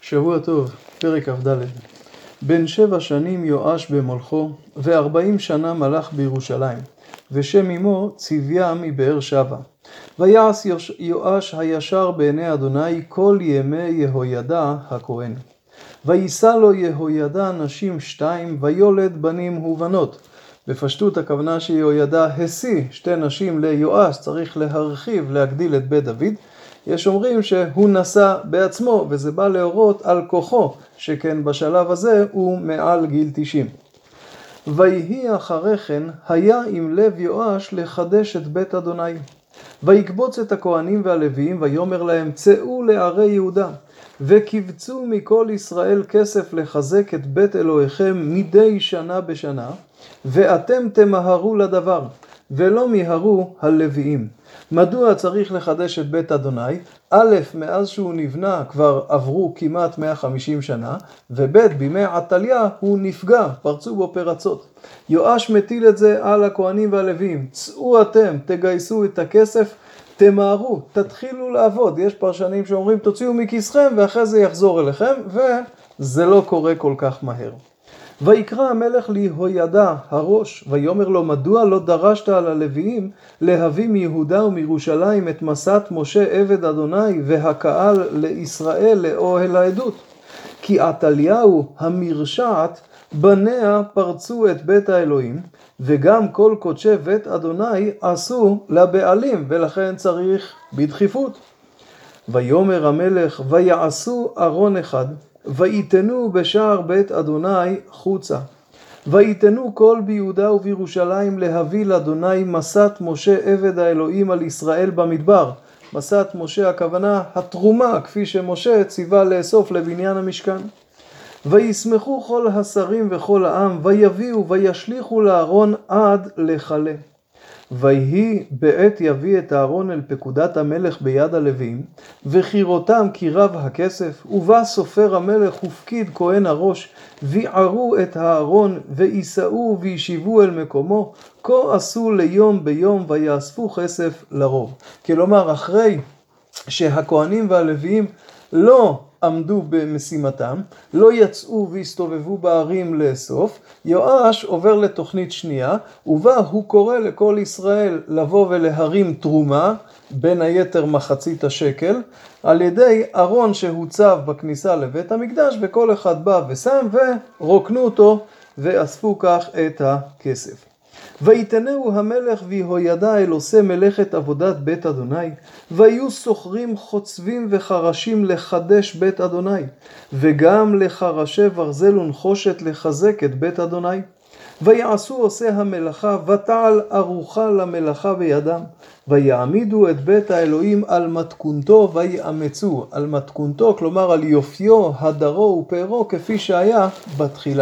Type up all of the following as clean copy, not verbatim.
שבוע טוב, פרק כ"ד. בן 7 שנים יואש במולכו, ו40 שנה מלך בירושלים, ושם אמו צביה מבאר שבע. ויעש יואש הישר בעיני אדוני כל ימי יהוידע הכהן. ויישא לו יהוידע נשים 2, ויולד בנים ובנות. בפשטות הכוונה שיהוידע השיא 2 נשים ליואש, צריך להרחיב, להגדיל את בית דוד. יש אומרים שהוא נשא בעצמו, וזה בא להורות על כוחו, שכן בשלב הזה הוא מעל גיל 90. ויהי אחרי כן, היה עם לב יואש לחדש את בית אדוני. ויקבוץ את הכהנים והלוויים, ויאמר להם, צאו לערי יהודה, וקבצו מכל ישראל כסף לחזק את בית אלוהיכם מדי שנה בשנה, ואתם תמהרו לדבר, ולא מיהרו הלוויים. מדוע צריך לחדש את בית אדוני? א', מאז שהוא נבנה כבר עברו כמעט 150 שנה, וב', בימי עתליה הוא נפגע, פרצו בו פרצות. יואש מטיל את זה על הכהנים והלוויים. צאו אתם, תגייסו את הכסף, תמהרו, תתחילו לעבוד. יש פרשנים שאומרים תוציאו מכיסכם ואחרי זה יחזור אליכם, וזה לא קורה כל כך מהר. ויקרא המלך ליהוידע הראש, ויאמר לו, מדוע לא דרשת על הלוויים להביא מיהודה ומירושלים את מסת משה עבד אדוני והקהל לישראל לאוהל העדות? כי עתליהו המרשעת בניה פרצו את בית האלוהים, וגם כל קודשי בית אדוני עשו לבעלים, ולכן צריך בדחיפות. ויאמר המלך, ויעשו ארון אחד, ויתנו בשער בית אדוני חוצה. ויתנו כל ביהודה ובירושלים להביא לאדוני מסת משה עבד האלוהים על ישראל במדבר. מסת משה הכוונה התרומה, כפי שמשה ציווה לאסוף לבניין המשכן. וישמחו כל השרים וכל העם, ויביאו וישליכו לארון עד לחלה. ויהי בעת יביא את הארון אל פקודת המלך ביד הלוויים, וחירותם כי רב הכסף, ובא סופר המלך ופקיד כהן הראש, ויערו את הארון, ויסעו וישיבו אל מקומו, כה עשו ליום ביום, ויאספו כסף לרוב. כלומר, אחרי שהכהנים והלוויים לא עמדו במשימתם, לא יצאו והסתובבו בערים לאסוף, יואש עובר לתוכנית שנייה, ובה הוא קורא לכל ישראל לבוא ולהרים תרומה, בין היתר מחצית השקל, על ידי ארון שהוצב בכניסה לבית המקדש, וכל אחד בא ושם ורוקנו אותו ואספו כך את הכסף. ויתנהו המלך ויהוידע אל עושה מלאכת עבודת בית אדוני, והיו סוחרים חוצבים וחרשים לחדש בית אדוני, וגם לחרשי ברזל ונחושת לחזק את בית אדוני. ויעשו עושה המלאכה, ותעל ארוחה למלאכה בידם, ויעמידו את בית האלוהים על מתכונתו ויאמצו. על מתכונתו, כלומר על יופיו, הדרו ופארו, כפי שהיה בתחילה.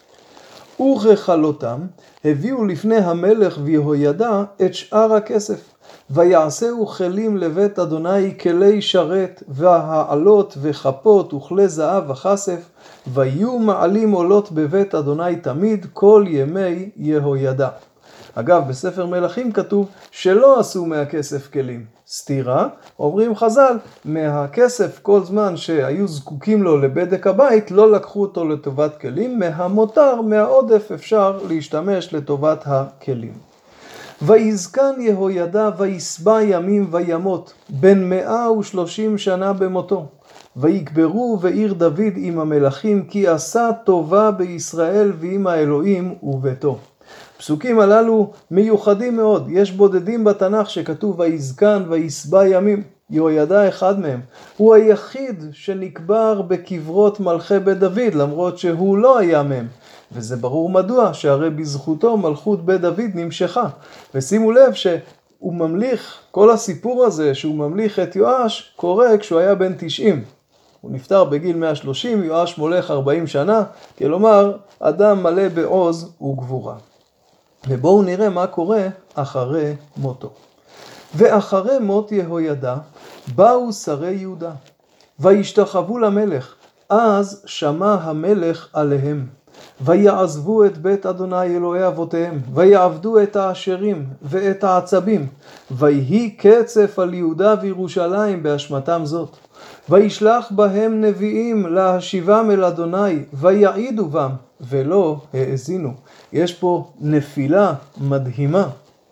וככלותם הביאו לפני המלך ויהוידע את שאר הכסף, ויעשהו כלים לבית אדוני כלי שרת והעלות וכפות וכלי זהב וכסף, ויהיו מעלים עולות בבית אדוני תמיד כל ימי יהוידע. אגב, בספר מלכים כתוב שלא עשו מהכסף כלים. סתירה, אומרים חז"ל, מהכסף כל זמן שהיו זקוקים לו לבדק הבית, לא לקחו אותו לטובת כלים, מהמותר, מהעודף אפשר להשתמש לטובת הכלים. ויזקן יהוידע ויסבע ימים וימות, בן 130 שנה במותו. ויקברו בעיר דוד עם המלכים, כי עשה טובה בישראל ועם האלוהים וביתו. פסוקים הללו מיוחדים מאוד, יש בודדים בתנ"ך שכתוב ויזקן ויסבע ימים, יהוידע אחד מהם. הוא היחיד שנקבר בקברות מלכי בית דוד, למרות שהוא לא היה מהם. וזה ברור מדוע, שהרי בזכותו מלכות בית דוד נמשכה. ושימו לב שהוא ממליך, כל הסיפור הזה שהוא ממליך את יואש, קורה כשהוא היה בן 90. הוא נפטר בגיל 130, יואש מולך 40 שנה, כלומר אדם מלא בעוז וגבורה. ובואו נראה מה קורה אחרי מותו. ואחרי מות יהוידע באו שרי יהודה, וישתחוו למלך, אז שמע המלך עליהם. ויעזבו את בית אדוני אלוהי אבותיהם, ויעבדו את העשרים ואת העצבים, ויהי קצף על יהודה וירושלים באשמתם זאת. וישלח בהם נביאים להשיבם אל אדוני, ויעידו בם, ולא האזינו. יש פה נפילה מדהימה.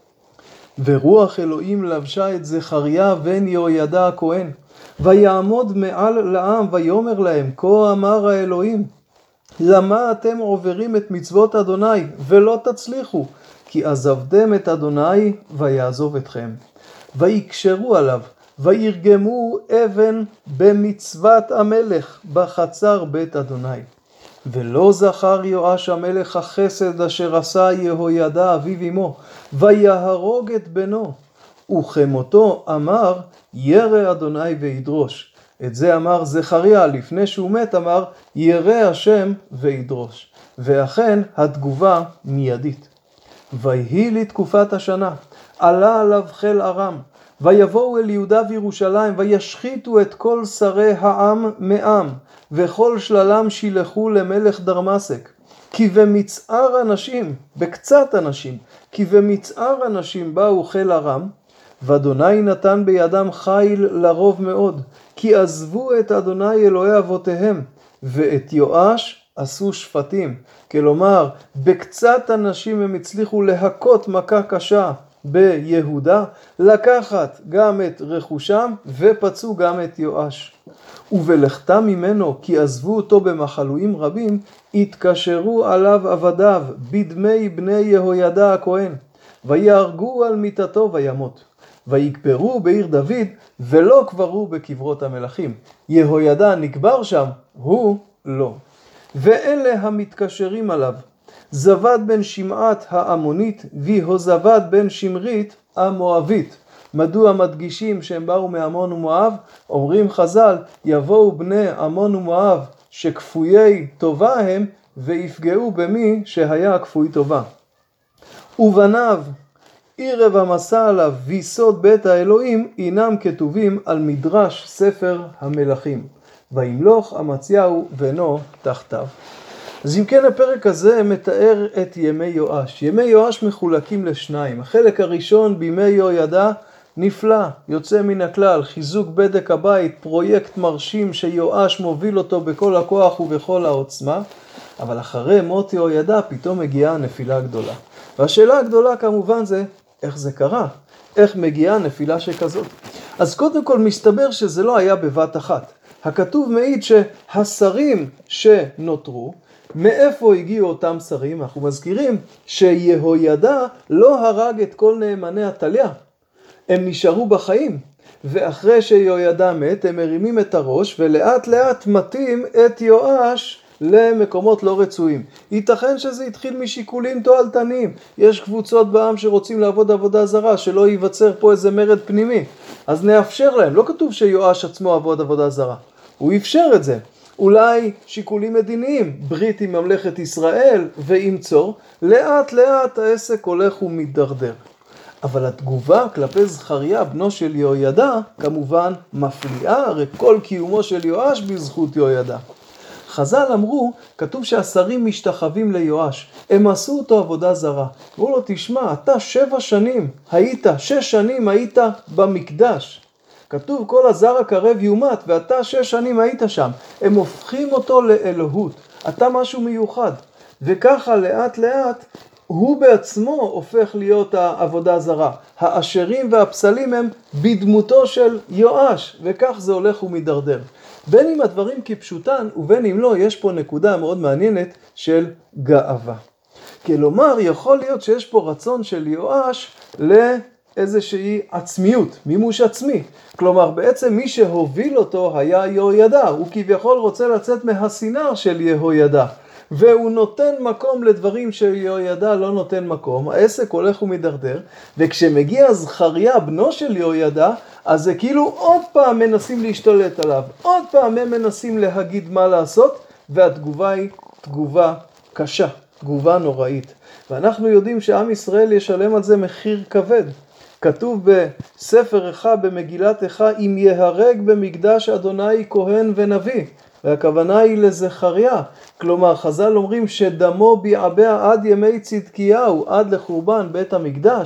ורוח אלוהים לבשה את זכריה בן יהוידע הכהן, ויעמוד מעל לעם ויאמר להם, כה אמר האלוהים, למה אתם עוברים את מצוות אדוני ולא תצליחו? כי עזבתם את אדוני ויעזוב אתכם. ויקשרו עליו, וירגמו אבן במצוות המלך בחצר בית אדוני. ולא זכר יואש המלך החסד אשר עשה יהוידע אביו אמו, ויהרוג את בנו. וכמותו אמר, ירא אדוני וידרוש. את זה אמר זכריה, לפני שהוא מת אמר, ירא השם וידרוש. ואכן התגובה מיידית. ויהי לתקופת השנה, עלה עליו חיל ארם, ויבואו אל יהודה וירושלים, וישחיתו את כל שרי העם מעם, וכל שללם שילחו למלך דרמשק. כי במצער אנשים, בקצת אנשים, כי במצער אנשים באו חיל ארם, ואדוני נתן בידם חיל לרוב מאוד, כי עזבו את אדוני אלוהי אבותיהם, ואת יואש עשו שפטים. כלומר, בקצת אנשים הם הצליחו להכות מכה קשה ביהודה, לקחת גם את רכושם ופצעו גם את יואש. ובלכתם ממנו, כי עזבו אותו במחלואים רבים, התקשרו עליו עבדיו בדמי בני יהוידע הכהן, ויהרגו על מיטתו וימות. ויקברו בעיר דוד, ולא קברו בקברות המלכים. יהוידע נקבר שם, הוא לא. ואלה המתקשרים עליו, זבד בן שמעת העמונית, והוזבד בן שמרית המואבית. מדוע מדגישים שהם באו מעמון ומואב? אומרים חז"ל, יבואו בני עמון ומואב שכפויי טובה הם, ויפגעו במי שהיה כפוי טובה. ובניו עירב המסע עליו ויסוד בית האלוהים, אינם כתובים על מדרש ספר המלכים. וימלוך אמציהו בנו תחתיו. אז אם כן, הפרק הזה מתאר את ימי יואש. ימי יואש מחולקים לשניים. החלק הראשון בימי יהוידע נפלא, יוצא מן הכלל, חיזוק בדק הבית, פרויקט מרשים שיואש מוביל אותו בכל הכוח ובכל העוצמה. אבל אחרי מות יהוידע פתאום מגיעה נפילה גדולה. והשאלה הגדולה כמובן זה, איך זה קרה? איך מגיעה נפילה שכזאת? אז קודם כל מסתבר שזה לא היה בבת אחת. הכתוב מעיד שהשרים שנותרו, מאיפה הגיעו אותם שרים? אנחנו מזכירים שיהוידע לא הרג את כל נאמני עתליה. הם נשארו בחיים. ואחרי שיהוידע מת, הם מרימים את הראש ולאט לאט מתים את יואש למקומות לא רצויים. ייתכן שזה התחיל משיקולים תועלתניים. יש קבוצות בעם שרוצים לעבוד עבודה זרה, שלא ייווצר פה איזה מרד פנימי. אז נאפשר להם. לא כתוב שיואש עצמו עבוד עבודה זרה. הוא אפשר את זה. אולי שיקולים מדיניים, ברית עם ממלכת ישראל ועם צור, לאט לאט העסק הולך ומתדרדר. אבל התגובה כלפי זכריה, בנו של יהוידע, כמובן מפליאה, הרי כל קיומו של יואש בזכות יהוידע. חז"ל אמרו, כתוב שהשרים משתחווים ליואש, הם עשו אותו עבודה זרה. אמרו לו, תשמע, אתה 6 שנים היית במקדש. כתוב כל הזר הקרב יומת, ואתה 6 שנים היית שם. הם הופכים אותו לאלוהות. אתה משהו מיוחד. וככה לאט לאט הוא בעצמו הופך להיות העבודה זרה. האשרים והפסלים הם בדמותו של יואש, וכך זה הולך ומדרדר. בין אם הדברים כפשוטן ובין אם לא, יש פה נקודה מאוד מעניינת של גאווה. כלומר, יכול להיות שיש פה רצון של יואש לאיזושהי עצמיות, מימוש עצמי. כלומר, בעצם מי שהוביל אותו היה יהוידע, הוא כביכול רוצה לצאת מהסינר של יהוידע. והוא נותן מקום לדברים שיהוידע לא נותן מקום, העסק הולך ומדרדר, וכשמגיע זכריה, בנו של יהוידע, אז זה כאילו עוד פעם מנסים להשתלט עליו, עוד פעם הם מנסים להגיד מה לעשות, והתגובה היא תגובה קשה, תגובה נוראית. ואנחנו יודעים שעם ישראל ישלם על זה מחיר כבד. כתוב בספר איכה, במגילת איכה, אם יהרג במקדש אדוני כהן ונביא. והכוונה היא לזכריה. כלומר, חז"ל אומרים שדמו ביעבע עד ימי צדקיהו, עד לחורבן בית המקדש.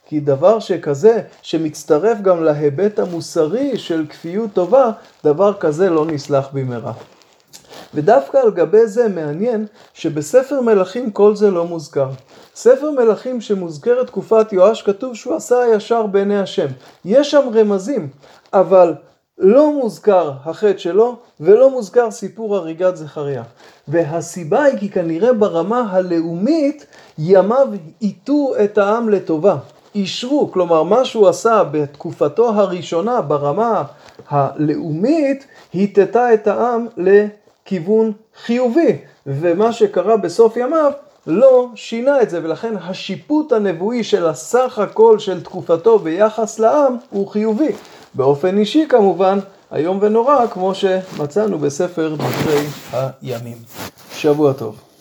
כי דבר שכזה, שמצטרף גם להיבט המוסרי של כפיות טובה, דבר כזה לא נסלח במהרה. ודווקא על גבי זה מעניין שבספר מלכים כל זה לא מוזכר. ספר מלכים שמוזכרת תקופת יואש כתוב שהוא עשה הישר בעיני השם. יש שם רמזים, אבל לא מוזכר החטא שלו ולא מוזכר סיפור הריגת זכריה. והסיבה היא כי כנראה ברמה הלאומית ימיו איתו את העם לטובה. אישרו, כלומר מה שהוא עשה בתקופתו הראשונה ברמה הלאומית, היטטה את העם לכיוון חיובי, ומה שקרה בסוף ימיו לא שינה את זה, ולכן השיפוט הנבואי של הסך הכל של תקופתו ביחס לעם הוא חיובי. באופן אישי כמובן, איום ונורא כמו שמצאנו בספר דברי הימים. שבוע טוב.